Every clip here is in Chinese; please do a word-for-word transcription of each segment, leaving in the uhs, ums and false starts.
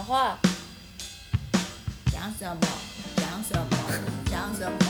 话，讲什么？讲什么？讲什么？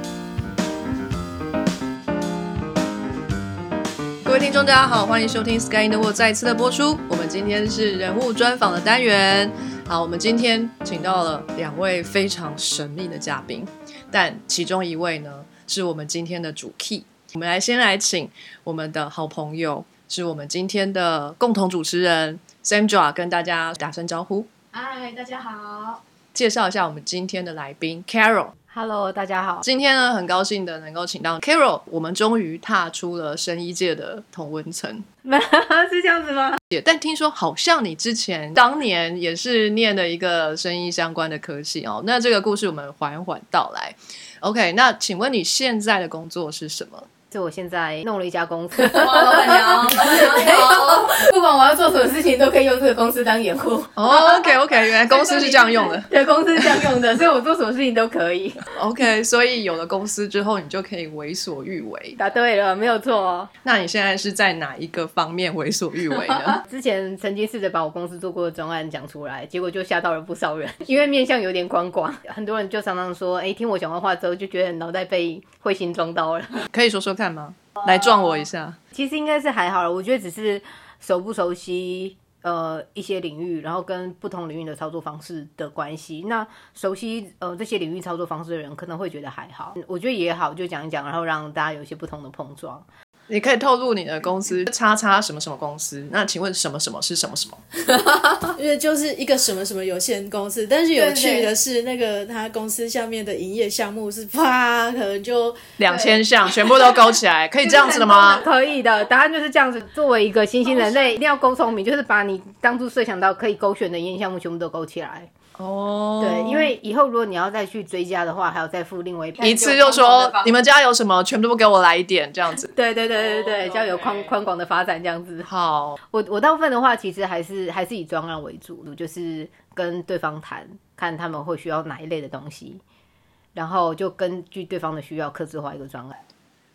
各位听众，大家好，欢迎收听 Sky in the World 再次的播出。我们今天是人物专访的单元。好，我们今天请到了两位非常神秘的嘉宾，但其中一位呢是我们今天的主 key。我们来先来请我们的好朋友，是我们今天的共同主持人 Sandra 跟大家打声招呼。 嗨，大家好。 介绍一下我们今天的来宾 Carol。Hello， 大家好。 今天呢，很高兴的能够请到 Carol， 我们终于踏出了生医界的同温层。 是这样子吗？ 但听说好像你之前当年也是念了一个生医相关的科系哦。那这个故事我们缓缓道来。OK， 那请问你现在的工作是什么？ 就我现在弄了一家公司， 哇，老板娘，老板娘好， 不管我要做什么事情，都可以用这个公司当掩护。 哦 OK OK， 原来公司是这样用的。 对，公司是这样用的，所以我做什么事情都可以。 OK， 所以有了公司之后，你就可以为所欲为。 答对了，没有错哦。 那你现在是在哪一个方面为所欲为呢？ 之前曾经试着把我公司做过的专案讲出来，结果就吓到了不少人，因为面向有点宽广，很多人就常常说，哎，听我讲完话之后，就觉得脑袋被彗星撞到了。 可以说说看吗？来撞我一下。 其实应该是还好了，我觉得只是熟不熟悉呃一些领域，然后跟不同领域的操作方式的关系。那熟悉呃这些领域操作方式的人可能会觉得还好，我觉得也好，就讲一讲，然后让大家有一些不同的碰撞。 你可以透露你的公司叉叉什么什么公司，那请问什么什么是什么什么？ 因为就是一个什么什么有限公司，但是有趣的是，那个他公司下面的营业项目是啪，可能就两千项全部都勾起来，可以这样子的吗？ 可以的，答案就是这样子。作为一个新兴人类，一定要够聪明，就是把你当初设想到可以勾选的营业项目全部都勾起来。 哦， 对，因为以后如果你要再去追加的话，还要再付另外一次就说你们家有什么，全部都给我来一点这样子。 对对对对对，这样有宽宽广的发展这样子。 好， 我我大部分的话，其实还是还是以专案为主，就是跟对方谈，看他们会需要哪一类的东西，然后就根据对方的需要，客制化一个专案。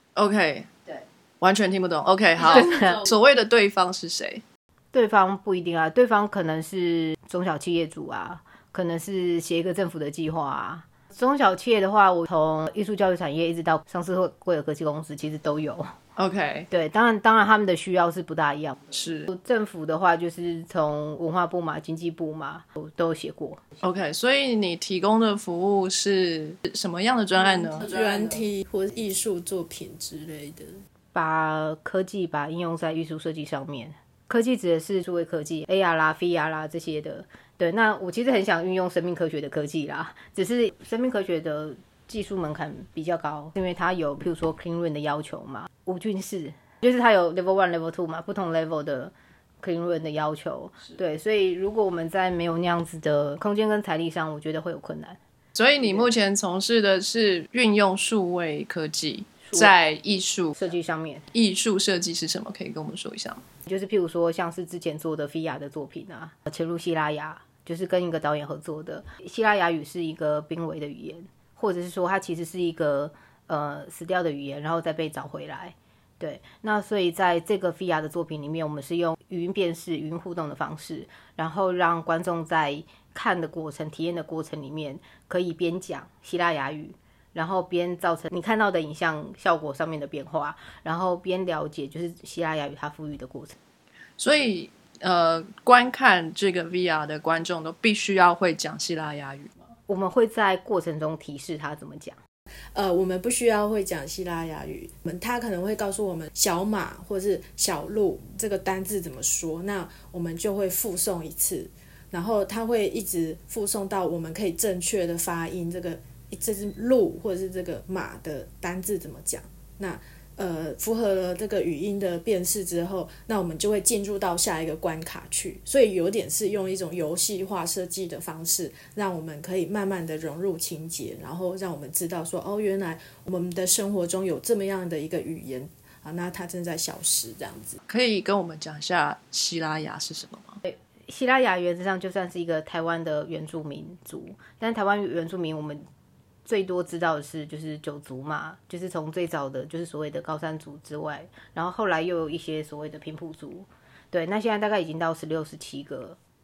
OK， 对， 完全听不懂。OK， 好，所谓的对方是谁？ 对方不一定啊，对方可能是中小企业主啊。可能是写一个政府的计划啊。中小企业的话，我从艺术教育产业一直到上市贵的科技公司，其实都有。 OK， 对，当然，当然他们的需要是不大一样。 是政府的话，就是从文化部嘛、经济部嘛，都有写过。 OK， 所以你提供的服务是什么样的专案呢？ 软体或艺术作品之类的， 把科技把应用在艺术设计上面。科技指的是数位科技 A R 啦 V R 啦这些的。对，那我其实很想运用生命科学的科技啦，只是生命科学的技术门槛比较高，因为它有譬如说 clean room 的要求嘛，无菌室就是它有 level one level two 嘛，不同 level 的 clean room 的要求。对，所以如果我们在没有那样子的空间跟财力上，我觉得会有困难。 所以你目前从事的是运用数位科技在艺术设计上面。 艺术设计是什么？可以跟我们说一下吗？ 就是譬如说像是之前做的 V R 的作品啊，潜入西拉雅，就是跟一个导演合作的。西拉雅语是一个濒危的语言，或者是说它其实是一个呃死掉的语言，然后再被找回来。对，那所以在这个 V R 的作品里面，我们是用语音辨识、语音互动的方式，然后让观众在看的过程、体验的过程里面，可以边讲西拉雅语，然后边造成你看到的影像效果上面的变化，然后边了解就是西拉雅语它赋予的过程。 所以呃，观看这个 V R 的观众都必须要会讲西拉雅语吗？ 我们会在过程中提示他怎么讲。 呃，我们不需要会讲西拉雅语，他可能会告诉我们小马或是小鹿这个单字怎么说，那我们就会复诵一次，然后他会一直复诵到我们可以正确的发音这个这只鹿或者是这个马的单字怎么讲。那呃，符合了这个语音的辨识之后，那我们就会进入到下一个关卡去，所以有点是用一种游戏化设计的方式，让我们可以慢慢的融入情节，然后让我们知道说，哦，原来我们的生活中有这么样的一个语言啊，那它正在消失这样子。 可以跟我们讲一下西拉雅是什么吗？ 对，西拉雅原则上就算是一个台湾的原住民族，但台湾原住民我们最多知道的是就是九族嘛，就是从最早的就是所谓的高山族之外，然后后来又有一些所谓的平埔族。对，那现在大概已经到十六、十七个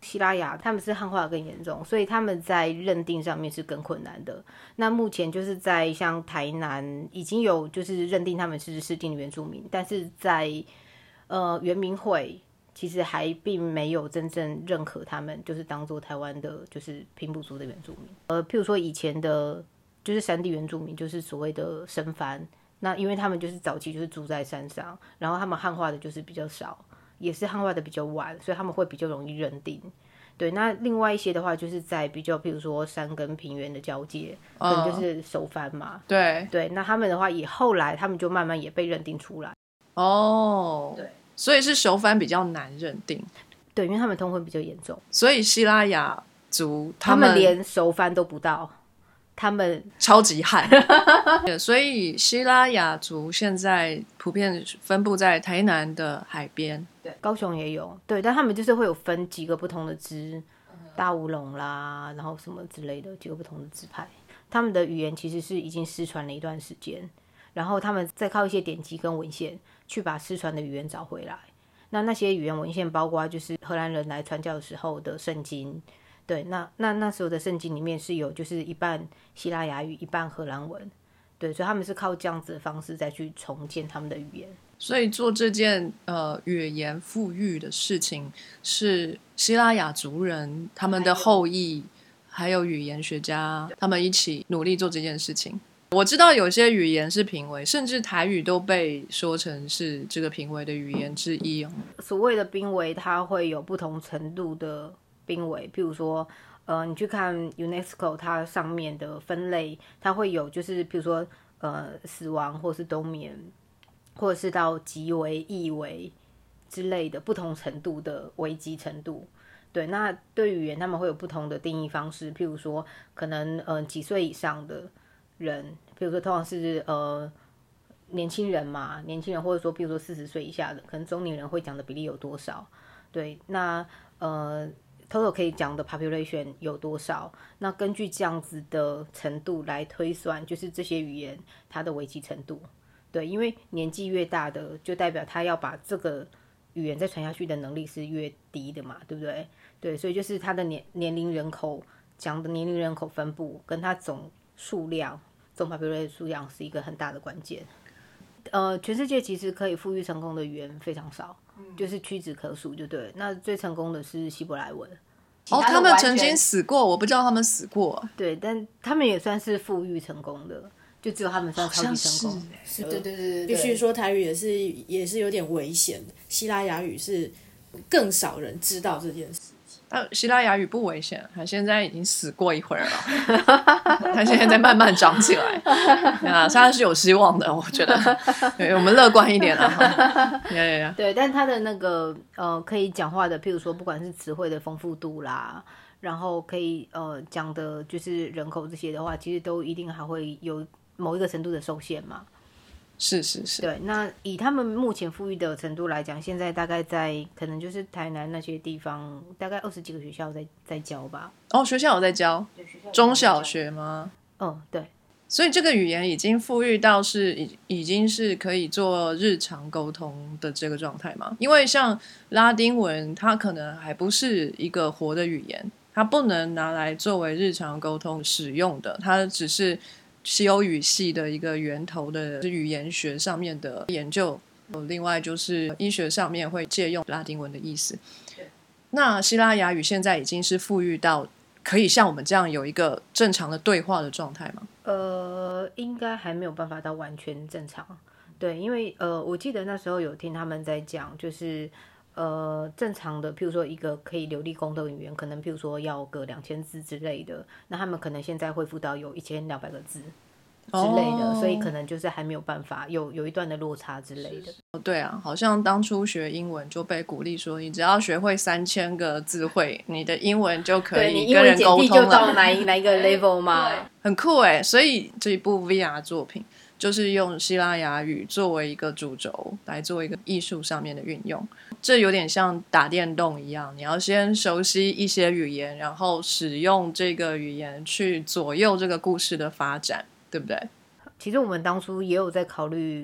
西拉雅他们是汉化更严重，所以他们在认定上面是更困难的。那目前就是在像台南已经有就是认定他们是世定的原住民，但是在呃原民会其实还并没有真正认可他们就是当做台湾的就是平埔族的原住民。呃，譬如说以前的就是山地原住民，就是所谓的生番，那因为他们就是早期就是住在山上，然后他们汉化的就是比较少，也是汉化的比较晚，所以他们会比较容易认定。对，那另外一些的话，就是在比较，譬如说山跟平原的交界，可能就是熟番嘛。 对对，那他们的话，以后来他们就慢慢也被认定出来。 哦， 对， 所以是熟番比较难认定。 对，因为他们通婚比较严重， 所以西拉雅族他们们连熟番都不到，他们超级悍。所以西拉雅族现在普遍分布在台南的海边。 对，高雄也有，对，但他们就是会有分几个不同的支，大乌龙啦，然后什么之类的几个不同的支派，他们的语言其实是已经失传了一段时间，然后他们再靠一些典籍跟文献去把失传的语言找回来。那那些语言文献包括就是荷兰人来传教的时候的圣经，对，那那那时候的圣经里面是有就是一半希腊雅语一半荷兰文，对，所以他们是靠这样子的方式再去重建他们的语言。 所以做这件呃语言复育的事情，是希拉雅族人他们的后裔，还有语言学家，他们一起努力做这件事情。我知道有些语言是评为，甚至台语都被说成是这个评为的语言之一哦。 所谓的濒危，它会有不同程度的濒危，譬如说，呃，你去看 UNESCO 它上面的分类，它会有就是譬如说，呃，死亡或是冬眠，或者是到极危、易危之类的不同程度的危机程度。对，那对语言他们会有不同的定义方式，譬如说，可能呃几岁以上的人，譬如说通常是呃年轻人嘛，年轻人或者说譬如说四十岁以下的，可能中年人会讲的比例有多少？对，那呃 total 可以讲的 population 有多少？那根据这样子的程度来推算，就是这些语言它的危机程度。对，因为年纪越大的，就代表他要把这个语言再传下去的能力是越低的嘛，对不对？对，所以就是他的年年龄人口讲的年龄人口分布跟他总数量总 population 数量是一个很大的关键。呃，全世界其实可以复育成功的语言非常少，嗯、就是屈指可数，就对。那最成功的是希伯来文。 哦，他们曾经死过，我不知道他们死过。 对，但他们也算是复育成功的，就只有他们算超级成功。 是，对对对对，必须说台语也是也是有点危险的，希腊雅语是更少人知道这件事。 但希腊雅语不危险，它现在已经死过一会儿了，它现在在慢慢长起来，啊，它是有希望的，我觉得，对，我们乐观一点啊。 对，但它的那个呃，可以讲话的，譬如说，不管是词汇的丰富度啦，然后可以呃讲的，就是人口这些的话，其实都一定还会有某一个程度的受限嘛。 是是是， 对，那以他们目前富裕的程度来讲，现在大概在可能就是台南那些地方，大概二十几个学校在在教吧。 哦，学校有在教，中小学吗？ 嗯，对。 所以这个语言已经富裕到是已已经是可以做日常沟通的这个状态吗？因为像拉丁文，它可能还不是一个活的语言，它不能拿来作为日常沟通使用的，它只是西欧语系的一个源头的语言学上面的研究，另外就是医学上面会借用拉丁文的意思。那希腊雅语现在已经是富裕到可以像我们这样有一个正常的对话的状态吗？ 呃，应该还没有办法到完全正常。对，因为呃，我记得那时候有听他们在讲，就是呃，正常的，譬如说一个可以流利沟通的语言，可能譬如说要个两千字之类的，那他们可能现在恢复到有一千两百个字之类的，哦、所以可能就是还没有办法，有有一段的落差之类的。 对啊，好像当初学英文就被鼓励说，你只要学会三千个字汇，你的英文就可以跟人沟通了。对，你英文检定就到哪一哪一个 level 嘛？ 很酷哎！所以这一部 V R 作品就是用希腊雅语作为一个主轴来做一个艺术上面的运用，这有点像打电动一样，你要先熟悉一些语言，然后使用这个语言去左右这个故事的发展，对不对？ 其实我们当初也有在考虑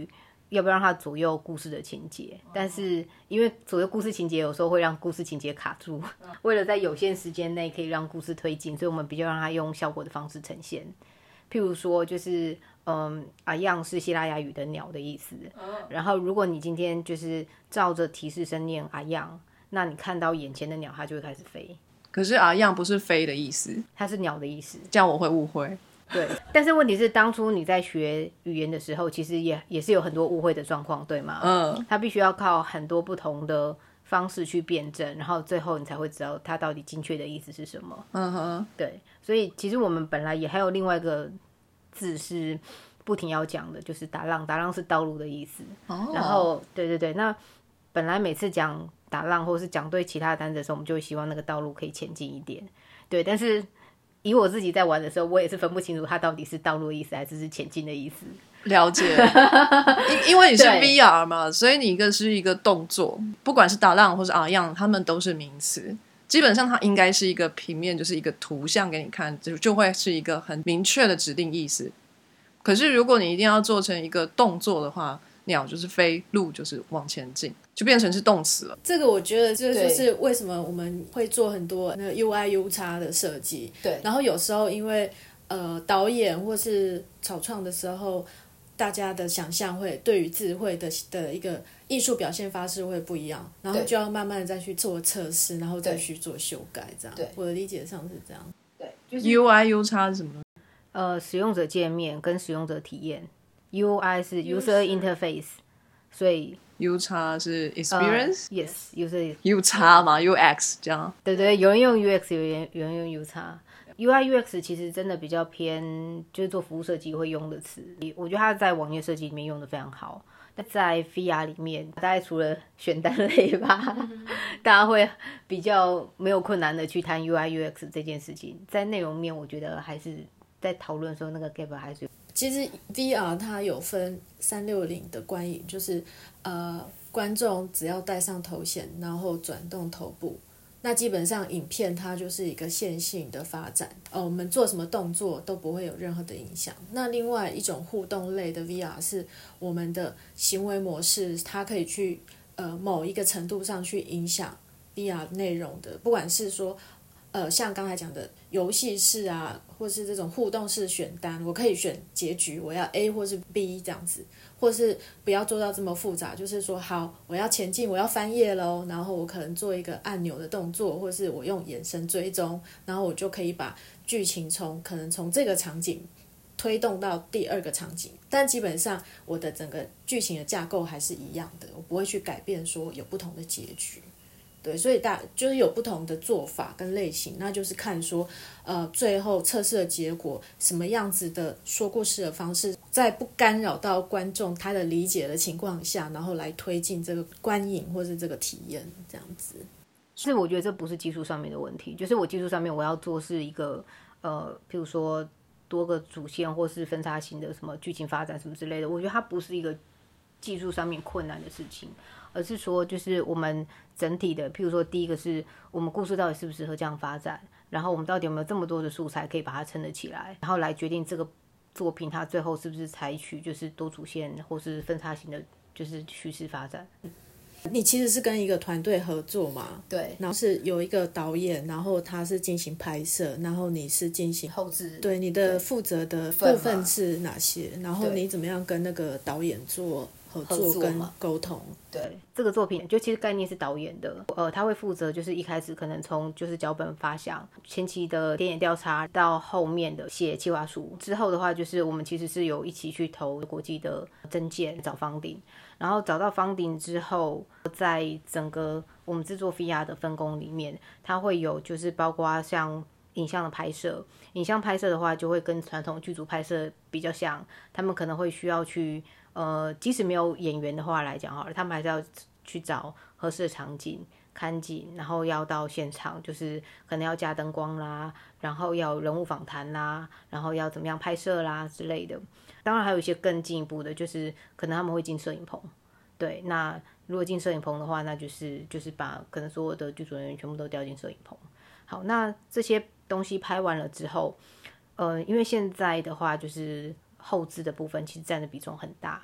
要不要让它左右故事的情节，但是因为左右故事情节有时候会让故事情节卡住，为了在有限时间内可以让故事推进，所以我们比较让它用效果的方式呈现。譬如说就是嗯，阿样是希腊雅语的鸟的意思，然后如果你今天就是照着提示声念阿样，那你看到眼前的鸟它就会开始飞。 可是阿样不是飞的意思， 它是鸟的意思， 这样我会误会。 对，但是问题是当初你在学语言的时候其实 也, 也是有很多误会的状况，对吗？ 嗯， 它必须要靠很多不同的方式去辩证，然后最后你才会知道它到底精确的意思是什么。 嗯哼， 对，所以其实我们本来也还有另外一个字是不停要讲的，就是打浪，打浪是道路的意思。 哦， 然后对对对，那本来每次讲打浪或是讲对其他的单词的时候，我们就会希望那个道路可以前进一点。对，但是以我自己在玩的时候，我也是分不清楚它到底是道路的意思还是是前进的意思。 了解。因因为你是 V R 嘛，所以你一个是一个动作，不管是打浪或是阿样，他们都是名词。基本上它应该是一个平面，就是一个图像给你看，就就会是一个很明确的指定意思。可是如果你一定要做成一个动作的话，鸟就是飞，路就是往前进，就变成是动词了。 这个我觉得这就是为什么我们会做很多那个 U I U X 的设计。 对， 然后有时候因为呃导演或是草创的时候，大家的想象会对于字汇的的一个艺术表现方式会不一样，然后就要慢慢的再去做测试，然后再去做修改，这样。 对， 我的理解上是这样。 对，就是 U I U X 是什么呢？ 呃，使用者界面跟使用者体验 ，U I 是 User Interface， 所以 U X 是 Experience， 呃、Yes User U X 嘛 U X 这样。 对对，有人用 U X， 有人有人用 U X。U I U X 其实真的比较偏，就是做服务设计会用的词。我觉得它在网页设计里面用的非常好。但在 V R 里面，大概除了选单类吧，大家会比较没有困难的去谈 U I U X 这件事情。在内容面，我觉得还是在讨论的时候，那个 gap 还是有。 其实 V R 它有分三六零的观影，就是呃观众只要戴上头显，然后转动头部，那基本上影片它就是一个线性的发展，呃我们做什么动作都不会有任何的影响。那另外一种互动类的 V R 是我们的行为模式，它可以去呃某一个程度上去影响 V R 内容的，不管是说呃，像刚才讲的游戏式啊，或是这种互动式选单，我可以选结局，我要 A 或是 B 这样子，或是不要做到这么复杂，就是说好，我要前进，我要翻页咯，然后我可能做一个按钮的动作，或是我用眼神追踪，然后我就可以把剧情从可能从这个场景推动到第二个场景，但基本上我的整个剧情的架构还是一样的，我不会去改变说有不同的结局。对，所以大就是有不同的做法跟类型，那就是看说，呃，最后测试的结果什么样子的说故事的方式，在不干扰到观众他的理解的情况下，然后来推进这个观影或是这个体验这样子。 是我觉得这不是技术上面的问题，就是我技术上面我要做是一个呃，譬如说多个主线或是分叉型的什么剧情发展什么之类的，我觉得它不是一个技术上面困难的事情。而是说就是我们整体的，譬如说第一个是我们故事到底适不适合这样发展，然后我们到底有没有这么多的素材可以把它撑得起来，然后来决定这个作品它最后是不是采取就是多主线或是分叉型的就是叙事发展。 你其实是跟一个团队合作嘛， 对， 然后是有一个导演，然后他是进行拍摄，然后你是进行后制， 对，你的负责的部分是哪些，然后你怎么样跟那个导演做合作跟沟通。 对，这个作品就其实概念是导演的，呃，他会负责就是一开始可能从就是脚本发想、前期的田野调查到后面的写企划书，之后的话就是我们其实是有一起去投国际的征件找funding，然后找到funding之后，在整个我们制作 V R 的分工里面，它会有就是包括像影像的拍摄，影像拍摄的话就会跟传统剧组拍摄比较像，他们可能会需要去呃，即使没有演员的话来讲好了，他们还是要去找合适的场景、看景，然后要到现场，就是可能要加灯光啦，然后要人物访谈啦，然后要怎么样拍摄啦之类的。当然还有一些更进一步的，就是可能他们会进摄影棚。对，那如果进摄影棚的话，那就是就是把可能所有的剧组人员全部都调进摄影棚。好，那这些东西拍完了之后，呃，因为现在的话就是后制的部分其实占的比重很大，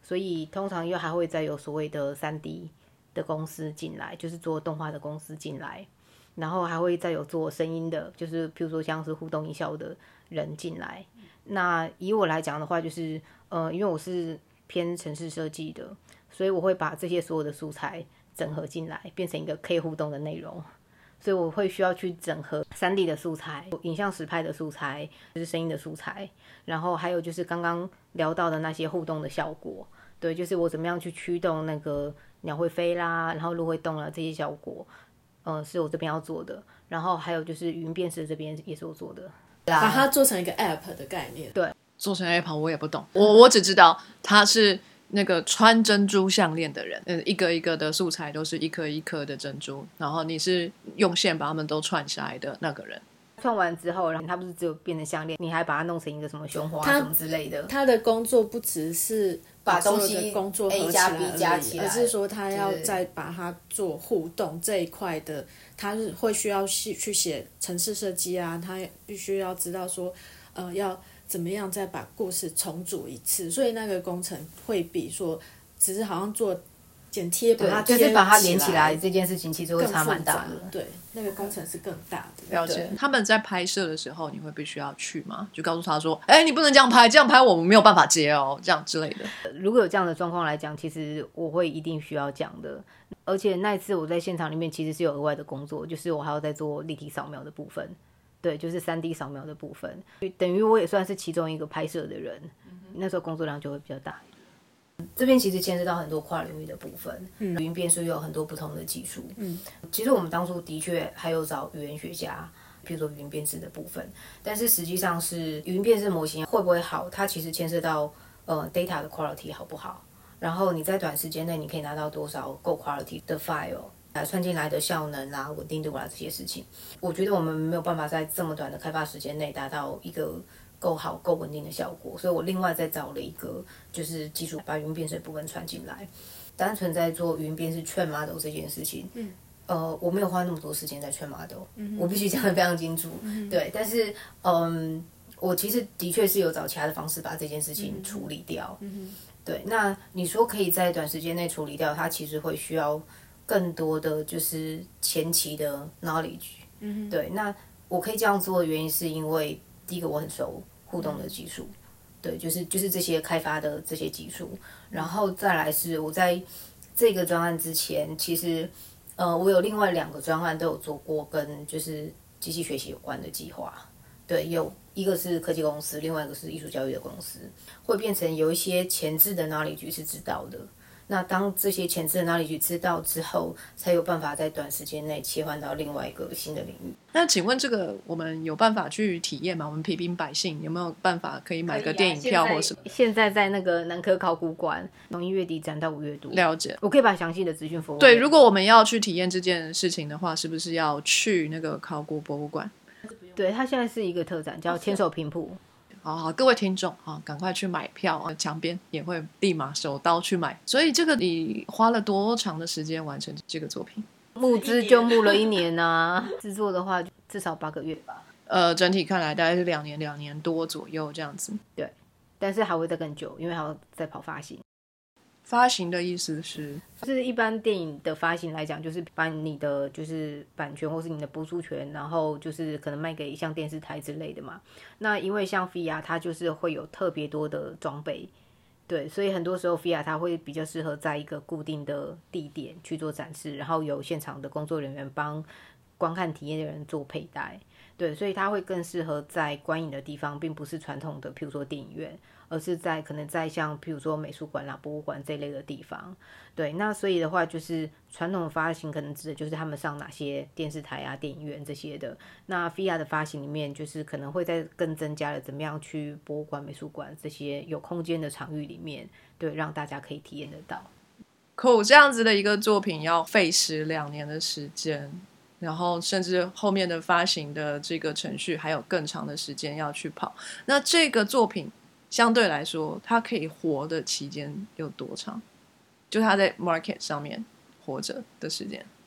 所以通常又还会再有所谓的 三 D 的公司进来，就是做动画的公司进来，然后还会再有做声音的，就是譬如说像是互动音效的人进来。那以我来讲的话，就是呃，因为我是偏程式设计的，所以我会把这些所有的素材整合进来，变成一个可以互动的内容。所以我会需要去整合 三 D 的素材、影像实拍的素材，就是声音的素材，然后还有就是刚刚聊到的那些互动的效果。对，就是我怎么样去驱动那个鸟会飞啦，然后鹿会动啦，这些效果，呃，是我这边要做的。然后还有就是语音辨识这边也是我做的， 把它做成一个 app 的概念。 对， 做成 app 我也不懂，我我只知道它是那个穿珍珠项链的人，嗯，一个一个的素材都是一颗一颗的珍珠，然后你是用线把它们都串下来的那个人。 串完之后，然后它不是只有变成项链，你还把它弄成一个什么胸花什么之类的。 他的工作不只是把东西所有的工作合 A 起加来 B 加起来， 而是说他要再把它做互动这一块的，他是会需要去写程式设计啊，他必须要知道说，呃，要怎么样再把故事重组一次，所以那个工程会比说只是好像做剪贴把它贴就是把它连起来这件事情，其实会差蛮大的。 对，那个工程是更大的。 了解。他们在拍摄的时候，你会必须要去吗？就告诉他说：“哎、欸，你不能这样拍，这样拍我们没有办法接哦，这样之类的。” 如果有这样的状况来讲，其实我会一定需要讲的。而且那一次我在现场里面其实是有额外的工作，就是我还要再做立体扫描的部分。对，就是 三 D 扫描的部分，等于我也算是其中一个拍摄的人，那时候工作量就会比较大。这边其实牵涉到很多跨领域的部分，语音辨识又有很多不同的技术。嗯，其实我们当初的确还有找语言学家，比如说语音辨识的部分，但是实际上是语音辨识模型会不会好，它其实牵涉到呃 data 的 quality 好不好，然后你在短时间内你可以拿到多少够 quality 的 file。串进来的效能啦、稳定度啦这些事情，我觉得我们没有办法在这么短的开发时间内达到一个够好、够稳定的效果，所以我另外再找了一个就是技术把语音辨识部分串进来，单纯在做语音辨识 train model 这件事情，嗯，呃，我没有花那么多时间在 train model，、嗯、我必须讲得非常清楚，嗯、对，但是嗯，我其实的确是有找其他的方式把这件事情处理掉，嗯、对，那你说可以在短时间内处理掉，它其实会需要更多的就是前期的 knowledge，、嗯、对，那我可以这样做的原因是因为第一个我很熟互动的技术，嗯、对，就是就是这些开发的这些技术，然后再来是我在这个专案之前，其实呃我有另外两个专案都有做过跟就是机器学习有关的计划，对，有一个是科技公司，另外一个是艺术教育的公司，会变成有一些前置的 knowledge 是知道的。那当这些前置的哪里去知道之后，才有办法在短时间内切换到另外一个新的领域。 那请问这个我们有办法去体验吗？我们平民百姓有没有办法可以买个电影票或什么？ 现在在那个南科考古馆，从一月底展到五月多。 了解， 我可以把详细的资讯服务。 对，如果我们要去体验这件事情的话，是不是要去那个考古博物馆？ 对，它现在是一个特展，叫千手平谱。 好好，各位听众啊，赶快去买票，墙边也会立马手刀去买。所以这个你花了多长的时间完成这个作品？ 募资就募了一年啊，制作的话至少八个月吧。 呃，整体看来大概是两年、两年多左右这样子。 对，但是还会再更久，因为还要再跑发行。 发行的意思是， 就是一般电影的发行来讲，就是把你的就是版权或是你的播出权，然后就是可能卖给像电视台之类的嘛。那因为像 F I A 它就是会有特别多的装备，对，所以很多时候 F I A 它会比较适合在一个固定的地点去做展示，然后有现场的工作人员帮观看体验的人做佩戴。对，所以它会更适合在观影的地方，并不是传统的，譬如说电影院，而是在可能在像譬如说美术馆啦、博物馆这类的地方。对，那所以的话，就是传统的发行可能指的就是他们上哪些电视台啊、电影院这些的。那 F I A 的发行里面，就是可能会再更增加了怎么样去博物馆、美术馆这些有空间的场域里面，对，让大家可以体验得到。 酷，这样子的一个作品要费时两年的时间。然后甚至后面的发行的这个程序还有更长的时间要去跑。那这个作品相对来说它可以活的期间有多长？就它在 market 上面活着的时间。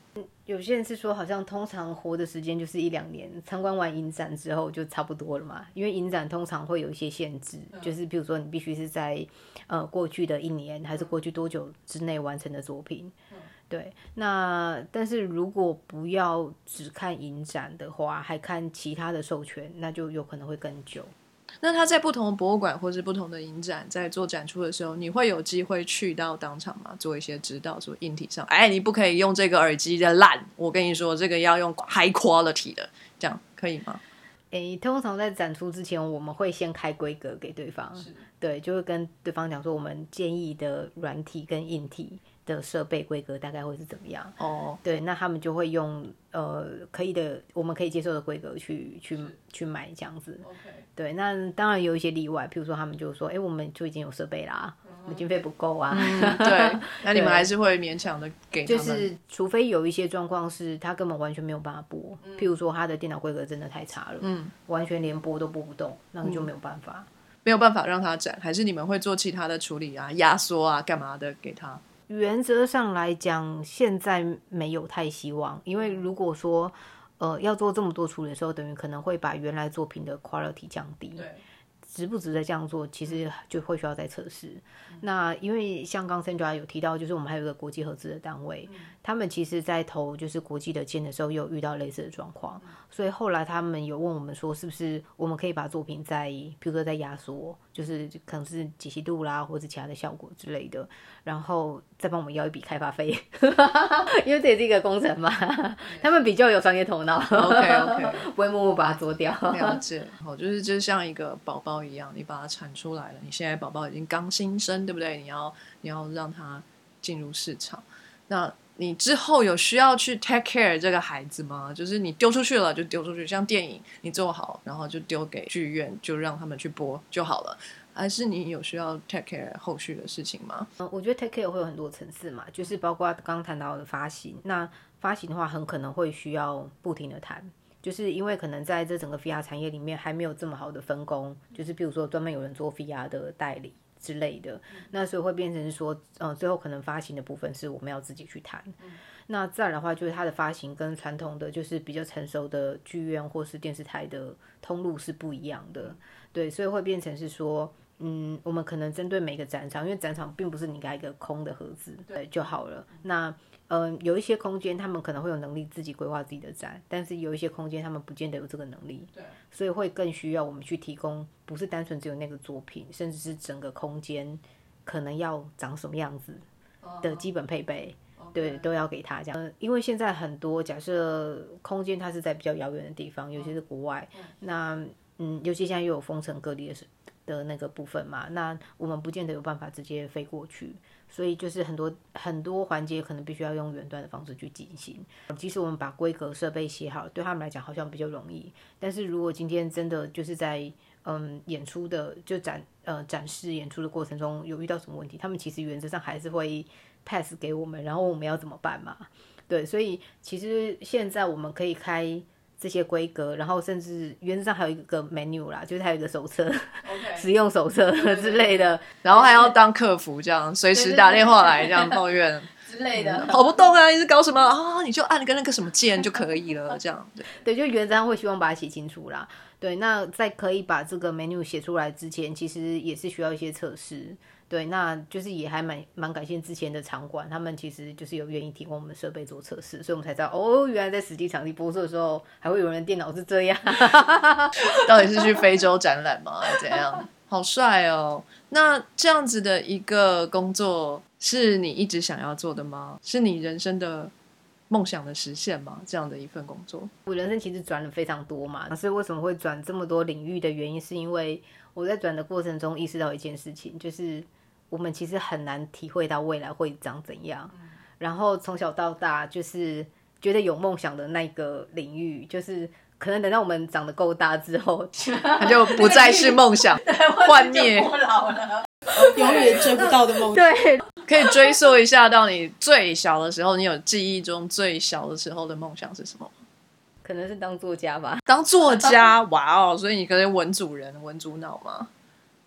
有些人是说，好像通常活的时间就是一两年，参观完影展之后就差不多了嘛。因为影展通常会有一些限制，嗯、就是比如说你必须是在呃过去的一年还是过去多久之内完成的作品。嗯、对，那但是如果不要只看影展的话，还看其他的授权，那就有可能会更久。 那他在不同的博物馆或是不同的影展在做展出的时候，你会有机会去到当场吗？做一些指导，说硬体上，哎，你不可以用这个耳机的烂，我跟你说这个要用 high quality 的，这样可以吗？ 诶，通常在展出之前，我们会先开规格给对方，对，就会跟对方讲说，我们建议的软体跟硬体的设备规格大概会是怎么样。哦，对，那他们就会用呃可以的，我们可以接受的规格去去去买这样子。Okay. 对，那当然有一些例外，譬如说他们就说，哎，我们就已经有设备啦，我们经费不够啊。嗯、 对，那你们还是会勉强的给他们。 就是除非有一些状况是他根本完全没有办法播，嗯、譬如说他的电脑规格真的太差了，嗯，完全连播都播不动，那就没有办法。嗯没有办法让他展，还是你们会做其他的处理啊、压缩啊、干嘛的给他？ 原则上来讲，现在没有太希望，因为如果说呃要做这么多处理的时候，等于可能会把原来作品的 quality 降低。对。值不值得这样做，其实就会需要再测试。嗯、那因为像刚 Sandra 有提到，就是我们还有一个国际合资的单位，嗯、他们其实在投就是国际的件的时候，也有遇到类似的状况，嗯、所以后来他们有问我们说，是不是我们可以把作品在，比如说在压缩，就是可能是解析度啦，或者其他的效果之类的，然后再帮我们要一笔开发费，因为这也是一个工程嘛，他们比较有商业头脑。 OK OK， 不会默默把它做掉。 了解，好，就是就像一个宝宝一样，你把它产出来了，你现在宝宝已经刚新生，对不对？你要你要让它进入市场，那你之后有需要去 take care 这个孩子吗？就是你丢出去了就丢出去，像电影你做好，然后就丢给剧院，就让他们去播就好了。还是你有需要 take care 后续的事情吗？ 嗯，我觉得 take care 会有很多层次嘛，就是包括刚刚谈到的发行。那发行的话，很可能会需要不停的谈，就是因为可能在这整个 V R 产业里面还没有这么好的分工，就是比如说专门有人做 V R 的代理之类的，那所以会变成说，呃，最后可能发行的部分是我们要自己去谈。嗯、那再来的话，就是它的发行跟传统的就是比较成熟的剧院或是电视台的通路是不一样的，对，所以会变成是说。嗯，我们可能针对每个展场，因为展场并不是你给它一个空的盒子，对就好了。那嗯、呃，有一些空间他们可能会有能力自己规划自己的展，但是有一些空间他们不见得有这个能力，对，所以会更需要我们去提供，不是单纯只有那个作品，甚至是整个空间可能要长什么样子的基本配备。Uh-huh. 对，都要给他这样、呃，因为现在很多假设空间它是在比较遥远的地方，尤其是国外， uh-huh. 那嗯，尤其现在又有封城隔离的的那个部分嘛，那我们不见得有办法直接飞过去，所以就是很多很多环节可能必须要用远端的方式去进行。即使我们把规格设备写好，对他们来讲好像比较容易，但是如果今天真的就是在嗯演出的就展呃展示演出的过程中有遇到什么问题，他们其实原则上还是会 pass 给我们，然后我们要怎么办嘛？对，所以其实现在我们可以开这些规格，然后甚至原则上还有一个 menu 啦，就是还有一个手册、okay. 使用手册之类的， 然后还要当客服这样，随时打电话来这样抱怨之类的， 跑不动啊，你是搞什么啊？你就按个那个什么键就可以了，这样对， 对，就原则上会希望把它写清楚啦。对，那在可以把这个 menu 写出来之前，其实也是需要一些测试。对，那就是也还蛮蛮感谢之前的场馆，他们其实就是有愿意提供我们设备做测试，所以我们才知道哦，原来在实际场地播出的时候，还会有人电脑是这样。 到底是去非洲展览吗？还是怎样？好帅哦！那这样子的一个工作，是你一直想要做的吗？是你人生的梦想的实现吗？这样的一份工作， 我人生其实转了非常多嘛，所以为什么会转这么多领域的原因，是因为我在转的过程中意识到一件事情，就是我们其实很难体会到未来会长怎样。嗯、然后从小到大，就是觉得有梦想的那个领域，就是可能等到我们长得够大之后， 它就不再是梦想，幻灭， 老了，永远追不到的梦想。 对， 可以追溯一下到你最小的时候，你有记忆中最小的时候的梦想是什么？ 可能是当作家吧。 当作家，哇哦！所以你可能文主人、文主脑吗？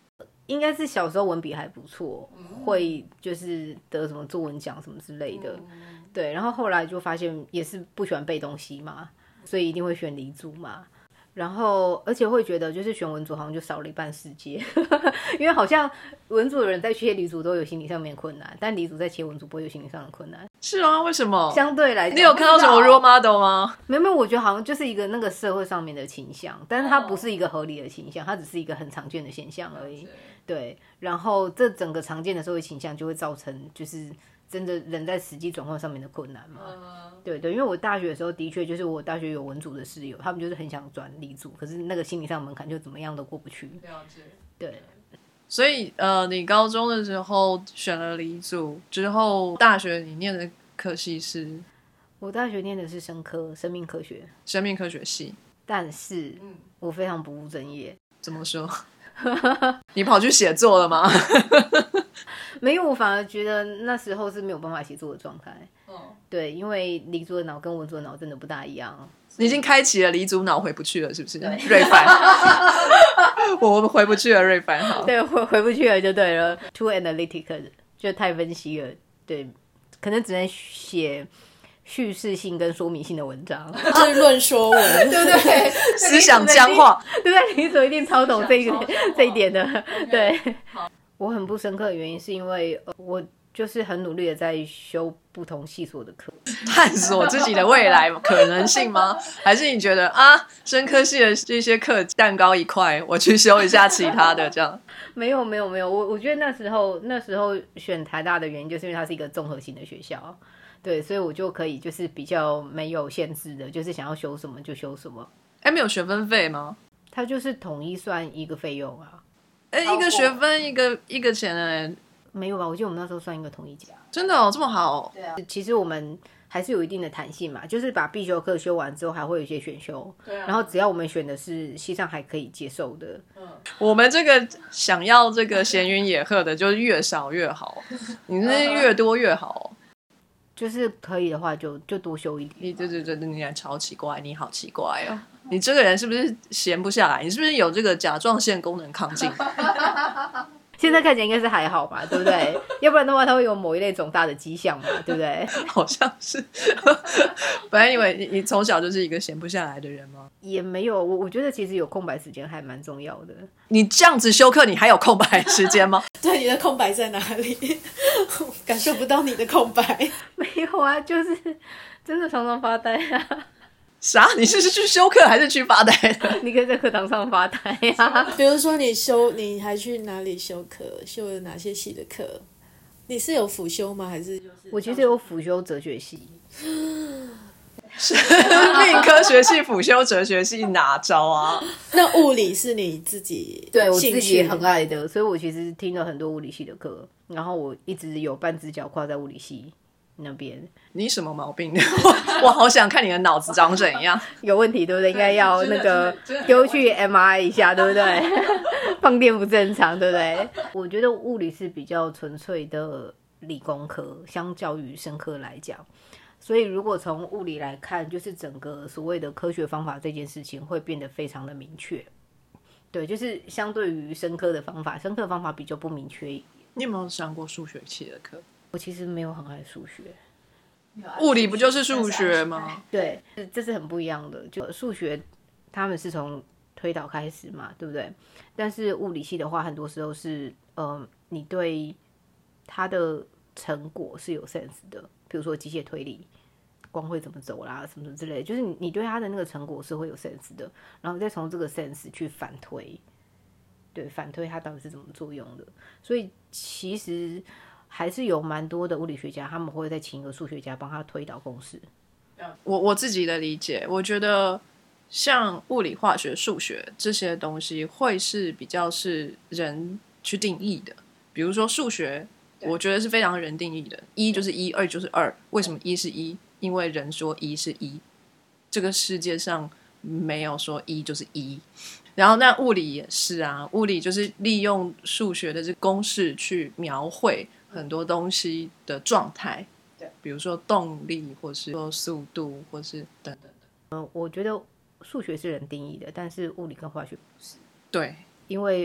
应该是小时候文笔还不错，会就是得什么作文奖什么之类的，对。然后后来就发现也是不喜欢背东西嘛，所以一定会选理组嘛。然后而且会觉得就是选文组好像就少了一半世界，因为好像文组的人在切理组都有心理上面的困难，但理组在切文组不会有心理上的困难。 是吗？为什么？ 相对来讲， 你有看到什么 role model 吗？ 没有没有，我觉得好像就是一个那个社会上面的倾向，但是它不是一个合理的倾向，它只是一个很常见的现象而已。对，然后这整个常见的社会倾向就会造成就是真的人在实际状况上面的困难嘛。嗯、对对，因为我大学的时候的确就是我大学有文组的室友，他们就是很想转理组，可是那个心理上门槛就怎么样都过不去。 了解。 对。 所以呃，你高中的时候选了理组之后，大学你念的科系是？ 我大学念的是生科，生命科学， 生命科学系。 但是，我非常不务正业。 怎么说？你跑去写作了吗？ 没有，我反而觉得那时候是没有办法写作的状态。 哦， 对，因为理组的脑跟文组的脑真的不大一样。 你已经开启了理组脑回不去了，是不是？瑞凡，我回不去了，瑞凡好。 对，回回不去了就对了。Too analytical 就太分析了，对，可能只能写叙事性跟说明性的文章， 就是论说文， 对不对？ 思想僵化， 对不对？理组一定超懂这一点这一点的。对，我很不深刻的原因是因为、呃、我就是很努力的在修不同系所的课， 探索自己的未来可能性吗？还是你觉得啊，生科系的这些课蛋糕一块，我去修一下其他的这样？ 没有没有没有，我我觉得那时候那时候选台大的原因就是因为它是一个综合性的学校。对，所以我就可以就是比较没有限制的，就是想要修什么就修什么。 哎，没有学分费吗？ 它就是统一算一个费用啊。 哎，一个学分一个一个钱哎， 没有吧？我记得我们那时候算一个统一价。 真的哦，这么好？ 对啊。其实我们还是有一定的弹性嘛，就是把必修课修完之后，还会有一些选修。对啊。然后只要我们选的是系上还可以接受的， 嗯，我们这个想要这个闲云野鹤的，就是越少越好，你是越多越好。 就是可以的话就就多修一点。 你对对对，你还超奇怪，你好奇怪哦！你这个人是不是闲不下来？你是不是有这个甲状腺功能亢进？ 现在看起来应该是还好吧，对不对？要不然的话，它会有某一类肿大的迹象嘛，对不对？ 好像是。本来以为你你从小就是一个闲不下来的人吗？ 也没有，我我觉得其实有空白时间还蛮重要的。 你这样子修课，你还有空白时间吗？ 对，你的空白在哪里？感受不到你的空白。 没有啊，就是真的常常发呆啊。 啥？你是去修课还是去发呆的？ 你可以在课堂上发呆啊。 比如说你修，你还去哪里修课？修了哪些系的课？你是有辅修吗？还是？ 我其实有辅修哲学系。 生命科学系辅修哲学系哪招啊？ 那物理是你自己对我自己很爱的，所以我其实听了很多物理系的课，然后我一直有半只脚跨在物理系那边。 你什么毛病？我, 我好想看你的脑子长怎样。 有问题对不对？应该要那个丢去 M R I 一下，对不对？放电不正常，对不对？我觉得物理是比较纯粹的理工科，相较于生科来讲。所以如果从物理来看，就是整个所谓的科学方法这件事情会变得非常的明确。对，就是相对于生科的方法，生科方法比较不明确一点。 你有没有上过数学系的课？ 我其实没有很爱数学。 物理不就是数学吗？ 对，这是很不一样的。就数学他们是从推导开始嘛，对不对？但是物理系的话，很多时候是呃，你对它的成果是有 sense 的，比如说机械推理，光会怎么走啦，什么什么之类的，就是你你对它的那个成果是会有 sense 的，然后再从这个 sense 去反推，对，反推它到底是怎么作用的。所以其实还是有蛮多的物理学家，他们会再请一个数学家帮他推导公式。 我我自己的理解，我觉得像物理、化学、数学这些东西，会是比较是人去定义的。比如说数学，我觉得是非常人定义的，一就是一，二就是二。为什么一是一？因为人说一是一，这个世界上没有说一就是一。然后那物理也是啊，物理就是利用数学的这公式去描绘很多东西的状态，比如说动力，或是说速度，或是等等的。 呃，我觉得数学是人定义的，但是物理跟化学不是。 对， 因为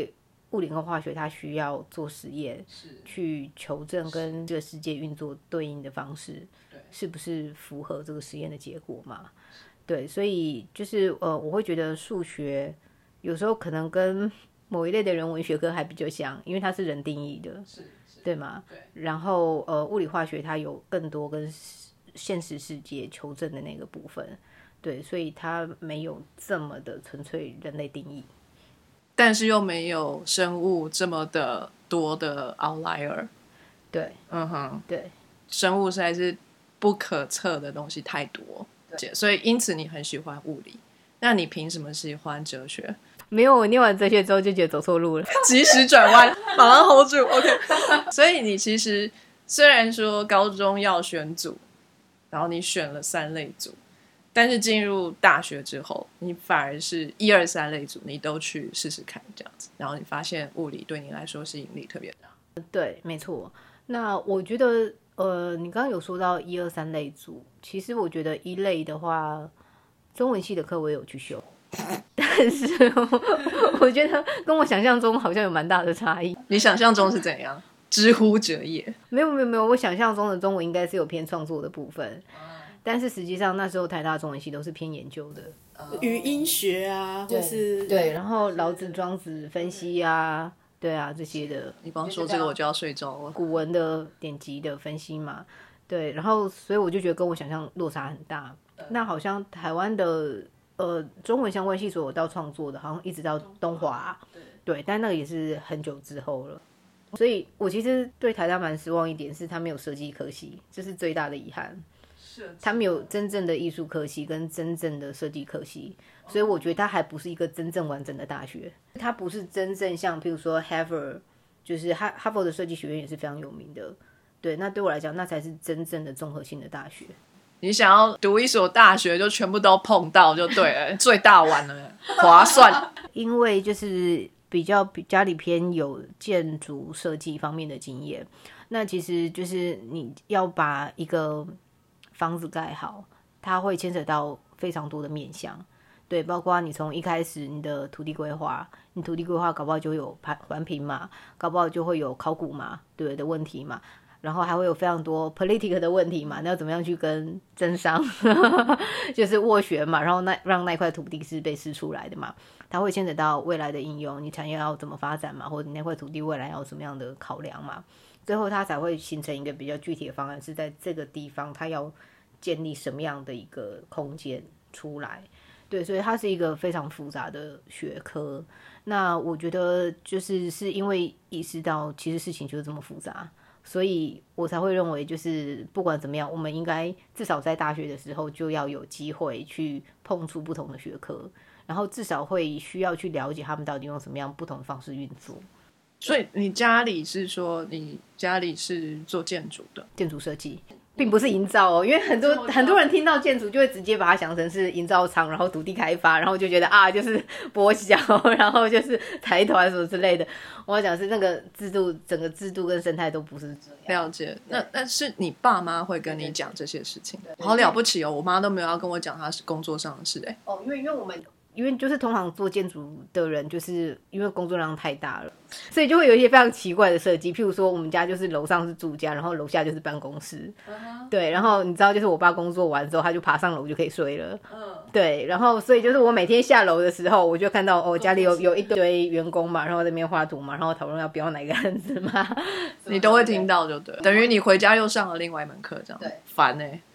物理跟化学它需要做实验，去求证跟这个世界运作对应的方式，是不是符合这个实验的结果嘛？对，所以就是呃，我会觉得数学有时候可能跟某一类的人文学科还比较像，因为它是人定义的，是是对吗？对。然后呃，物理化学它有更多跟现实世界求证的那个部分，对，所以它没有这么的纯粹人类定义， 但是又没有生物这么的多的 outlier。 对， 嗯哼， 对， 生物实在是不可测的东西太多，所以因此你很喜欢物理。那你凭什么喜欢哲学？ 没有，我念完哲学之后就觉得走错路了， 及时转弯，马上 hold 住 OK 所以你其实虽然说高中要选组，然后你选了三类组，但是进入大学之后你反而是一二三类组你都去试试看这样子，然后你发现物理对你来说吸引力特别大。 对，没错。那我觉得呃，你刚刚有说到一二三类组，其实我觉得一类的话，中文系的课我也有去修，但是我觉得跟我想象中好像有蛮大的差异。 你想象中是怎样？知乎者也？ 没有没有没有，我想象中的中文应该是有偏创作的部分，但是实际上那时候台大中文系都是偏研究的， 语音学啊，或是对，然后老子、庄子分析啊。对啊，这些的， 你光说这个我就要睡着了。 古文的典籍的分析嘛，对，然后所以我就觉得跟我想象落差很大。那好像台湾的呃中文相关系所有到创作的，好像一直到东华、啊，对，但那个也是很久之后了。所以我其实对台大蛮失望一点，是他没有设计科系，这是最大的遗憾。他没有真正的艺术科系跟真正的设计科系，所以我觉得他还不是一个真正完整的大学。他不是真正像譬如说 Harvard， 就是哈哈佛的设计学院也是非常有名的。对，那对我来讲，那才是真正的综合性的大学。 你想要读一所大学，就全部都碰到就对了，最大碗了，划算。 因为就是比较比家里偏有建筑设计方面的经验，那其实就是你要把一个房子盖好，它会牵扯到非常多的面向，对，包括你从一开始你的土地规划，你土地规划搞不好就会有环评嘛，搞不好就会有考古嘛，对的问题嘛，然后还会有非常多 political 的问题嘛，那要怎么样去跟政商就是斡旋嘛，然后那让那块土地是被释出来的嘛，它会牵扯到未来的应用，你产业要怎么发展嘛，或者你那块土地未来要有什么样的考量嘛，最后它才会形成一个比较具体的方案，是在这个地方它要建立什么样的一个空间出来。对，所以它是一个非常复杂的学科。那我觉得就是是因为意识到其实事情就是这么复杂，所以我才会认为就是不管怎么样，我们应该至少在大学的时候就要有机会去碰触不同的学科，然后至少会需要去了解他们到底用什么样不同的方式运作。 所以你家里是说你家里是做建筑的， 建筑设计并不是营造哦，因为很多很多人听到建筑就会直接把它想成是营造厂，然后土地开发，然后就觉得啊就是剥削，然后就是财团什么之类的。我要讲是那个制度，整个制度跟生态都不是这样。 了解。那那是你爸妈会跟你讲这些事情，好了不起哦！我妈都没有要跟我讲她是工作上的事哎、欸。 哦，因为因为我们。因为就是通常做建筑的人，就是因为工作量太大了，所以就会有一些非常奇怪的设计。譬如说，我们家就是楼上是住家，然后楼下就是办公室。Uh-huh. 对，然后你知道，就是我爸工作完之后，他就爬上楼就可以睡了。嗯、uh-huh. 对，然后所以就是我每天下楼的时候，我就看到哦，家里有有一堆员工嘛，然后在那边画图嘛，然后讨论要标哪个案子嘛， 你都会听到就对了，等于你回家又上了另外一门课，这样对烦哎、欸。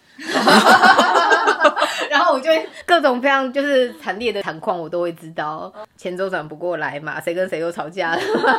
然后我就会各种非常就是惨烈的惨况我都会知道，钱周转不过来嘛，谁跟谁又吵架了。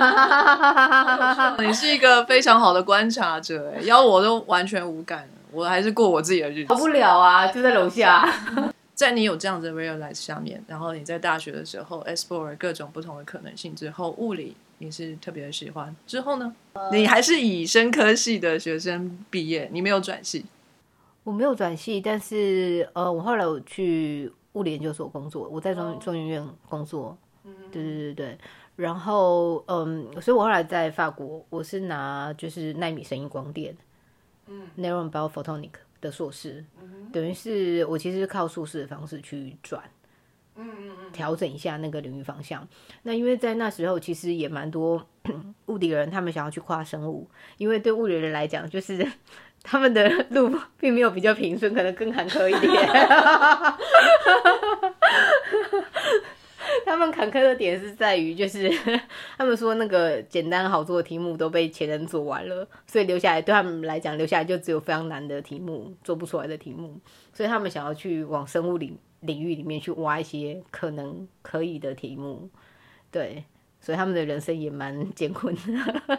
你是一个非常好的观察者耶，要我都完全无感，我还是过我自己的日子。 好不了啊，就在楼下。 在你有这样子的 realize 下面，然后你在大学的时候 explore 各种不同的可能性之后，物理你是特别的喜欢，之后呢、呃、你还是以生科系的学生毕业，你没有转系？ 我没有转系，但是呃，我后来我去物理研究所工作，我在中中研院工作，嗯，对对对对，然后嗯，所以我后来在法国，我是拿就是奈米声音光电，嗯 ，Neuron Biophotonic 的硕士，嗯，等于是我其实是靠硕士的方式去转， 调整一下那个领域方向。那因为在那时候其实也蛮多物理人他们想要去跨生物，因为对物理人来讲就是他们的路并没有比较平顺，可能更坎坷一点他们坎坷的点是在于就是他们说那个简单好做的题目都被前人做完了，所以留下来对他们来讲留下来就只有非常难的题目，做不出来的题目，所以他们想要去往生物领领域里面去挖一些可能可以的题目。对，所以他们的人生也蛮艰困的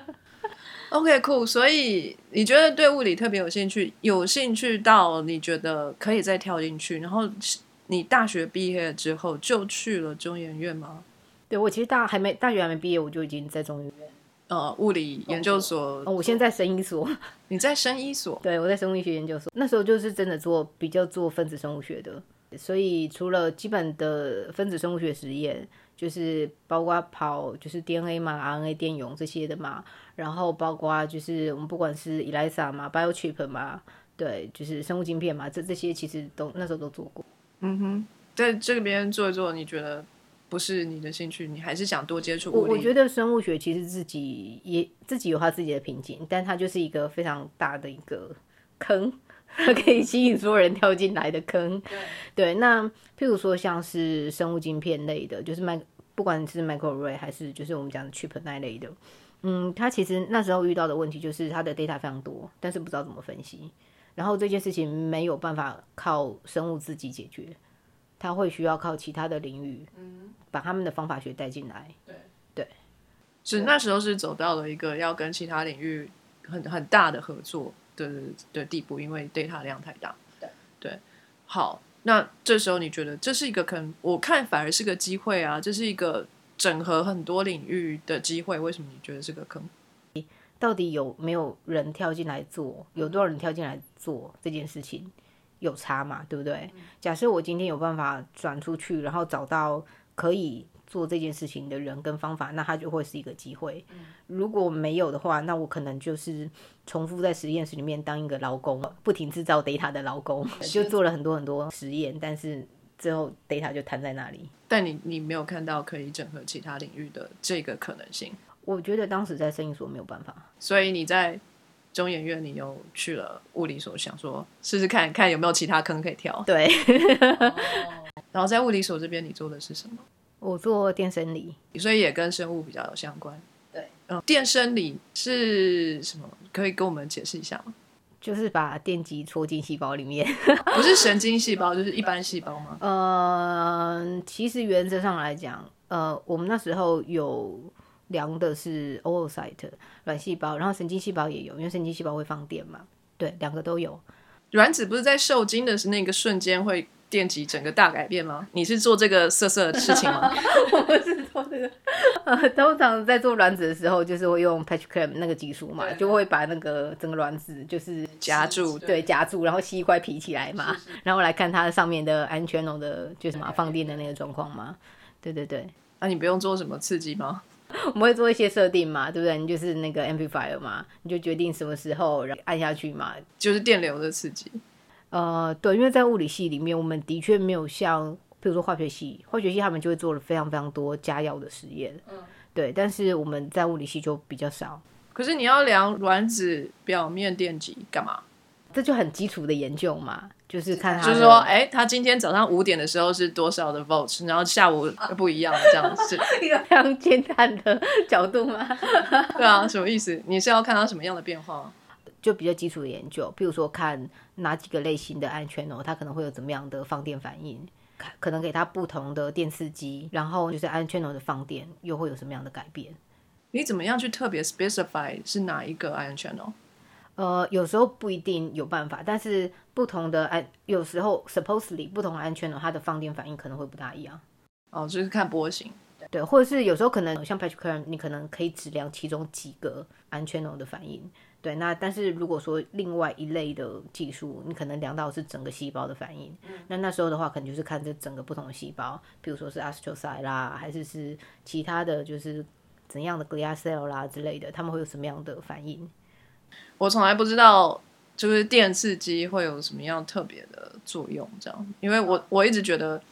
OK cool， 所以你觉得对物理特别有兴趣，有兴趣到你觉得可以再跳进去，然后你大学毕业之后就去了中研院吗？ 对，我其实大还没大学还没毕业，我就已经在中研院呃物理研究所。 哦，我现在在生医所。 你在生医所？ 对，我在生物医学研究所。那时候就是真的做比较做分子生物学的，所以除了基本的分子生物学实验，就是包括跑就是 D N A 嘛 R N A 电泳这些的嘛，然后包括就是我们不管是 ELISA 嘛 biochip 嘛，对，就是生物晶片嘛，这这些其实都那时候都做过。 嗯哼，在这边做一做，你觉得不是你的兴趣，你还是想多接触物理？ 我我觉得生物学其实自己也自己有它自己的瓶颈，但它就是一个非常大的一个坑，它可以吸引所有人跳进来的坑。对, 对，那譬如说像是生物晶片类的，就是麦不管是 microarray 还是就是我们讲的 chip 那一类的，嗯，它其实那时候遇到的问题就是它的 data 非常多，但是不知道怎么分析。然后这件事情没有办法靠生物自己解决，它会需要靠其他的领域，嗯，把他们的方法学带进来。对对， 是那时候是走到了一个要跟其他领域很很大的合作的的地步，因为 data 量太大。对对，好，那这时候你觉得这是一个可能，我看反而是个机会啊，这是一个整合很多领域的机会，为什么你觉得是个坑？ 到底有没有人跳进来做，有多少人跳进来做这件事情有差嘛，对不对？假设我今天有办法转出去，然后找到可以做这件事情的人跟方法，那它就会是一个机会。如果没有的话，那我可能就是重复在实验室里面当一个劳工，不停制造 data 的劳工，就做了很多很多实验，但是最后 data 就摊在那里。 但你你没有看到可以整合其他领域的这个可能性。 我觉得当时在生医所没有办法， 所以你在中研院你又去了物理所，想说试试看看有没有其他坑可以跳。 对哦，然后在物理所这边你做的是什么？ 我做电生理， 所以也跟生物比较有相关。 对， 嗯，电生理是什么？可以跟我们解释一下吗？ 就是把电极戳进细胞里面不是神经细胞就是一般细胞吗？ 呃，其实原则上来讲，呃，我们那时候有量的是 oocyte 卵细胞，然后神经细胞也有，因为神经细胞会放电嘛，对，两个都有。 卵子不是在受精的那个瞬间会电极整个大改变吗？你是做这个色色的事情吗？ 我不是做这个，呃，通常在做卵子的时候，就是会用 patch clamp 那个技术嘛，就会把那个整个卵子就是夹住， 对，夹住，然后吸一块皮起来嘛，是是，然后来看它上面的 ion channel 的就是嘛放电的那个状况嘛，对对对。 那、啊、你不用做什么刺激吗？ 我们会做一些设定嘛，对不对？你就是那个 amplifier 嘛，你就决定什么时候然后按下去嘛， 就是电流的刺激。 呃，对，因为在物理系里面，我们的确没有像，比如说化学系，化学系他们就会做了非常非常多加药的实验，嗯，对，但是我们在物理系就比较少。 可是你要量卵子表面电极干嘛？ 这就很基础的研究嘛，就是看他就是说，哎，他今天早上五点的时候是多少的 volts， 然后下午不一样，这样是一个非常简单的角度吗？ 对啊，什么意思？你是要看他什么样的变化？ 就比较基础的研究，譬如说看哪几个类型的 ion channel，它可能会有怎么样的放电反应，可能给它不同的电刺激，然后就是 ion channel 的放电又会有什么样的改变？ 你怎么样去特别 specify 是哪一个 ion channel？ 呃，有时候不一定有办法，但是不同的 ion 有时候 supposedly 不同的 ion channel 它的放电反应可能会不大一样。 哦，就是看波形。 对，或者是有时候可能像 patch clamp， 你可能可以只量其中几个 ion channel 的反应。对，那但是如果说另外一类的技术，你可能量到是整个细胞的反应，嗯、那那时候的话，可能就是看这整个不同的细胞，比如说是 astrocyte 啦，还是是其他的就是怎样的 glial cell 啦之类的，他们会有什么样的反应？ 我从来不知道，就是电刺激会有什么样特别的作用，这样，因为我我一直觉得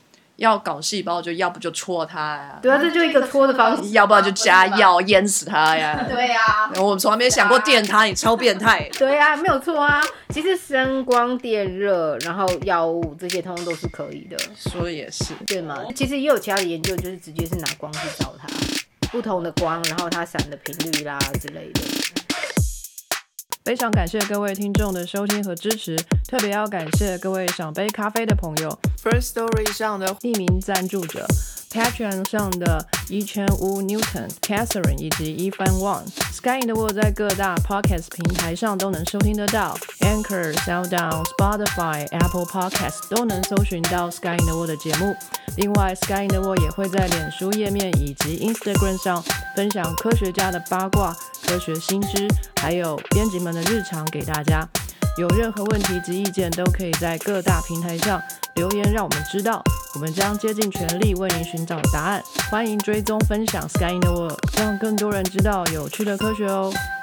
要搞细胞，就要不就戳它呀， 对啊，这就一个戳的方式， 要不然就加药淹死它呀。 对啊， 我们从来没想过电它，你超变态。 对啊，没有错啊。其实声光电热，然后药物这些通通都是可以的。 说的也是， 对吗？其实也有其他的研究，就是直接是拿光去照它，不同的光，然后它闪的频率啦之类的。 非常感谢各位听众的收听和支持，特别要感谢各位想杯咖啡的朋友 ，First Story 上的匿名赞助者 ，Patreon 上的一千五 Newton、Catherine 以及一番 Wang。Sky in the World 在各大 Podcast 平台上都能收听得到 ，Anchor、SoundOn、Spotify、Apple Podcast 都能搜寻到 Sky in the World 的节目。另外 ，Sky in the World 也会在脸书页面以及 Instagram 上分享科学家的八卦、科学新知，还有编辑们的日常给大家。有任何问题及意见，都可以在各大平台上留言让我们知道，我们将竭尽全力为您寻找答案。欢迎追踪分享 Sky in the World， 让更多人知道有趣的科学哦。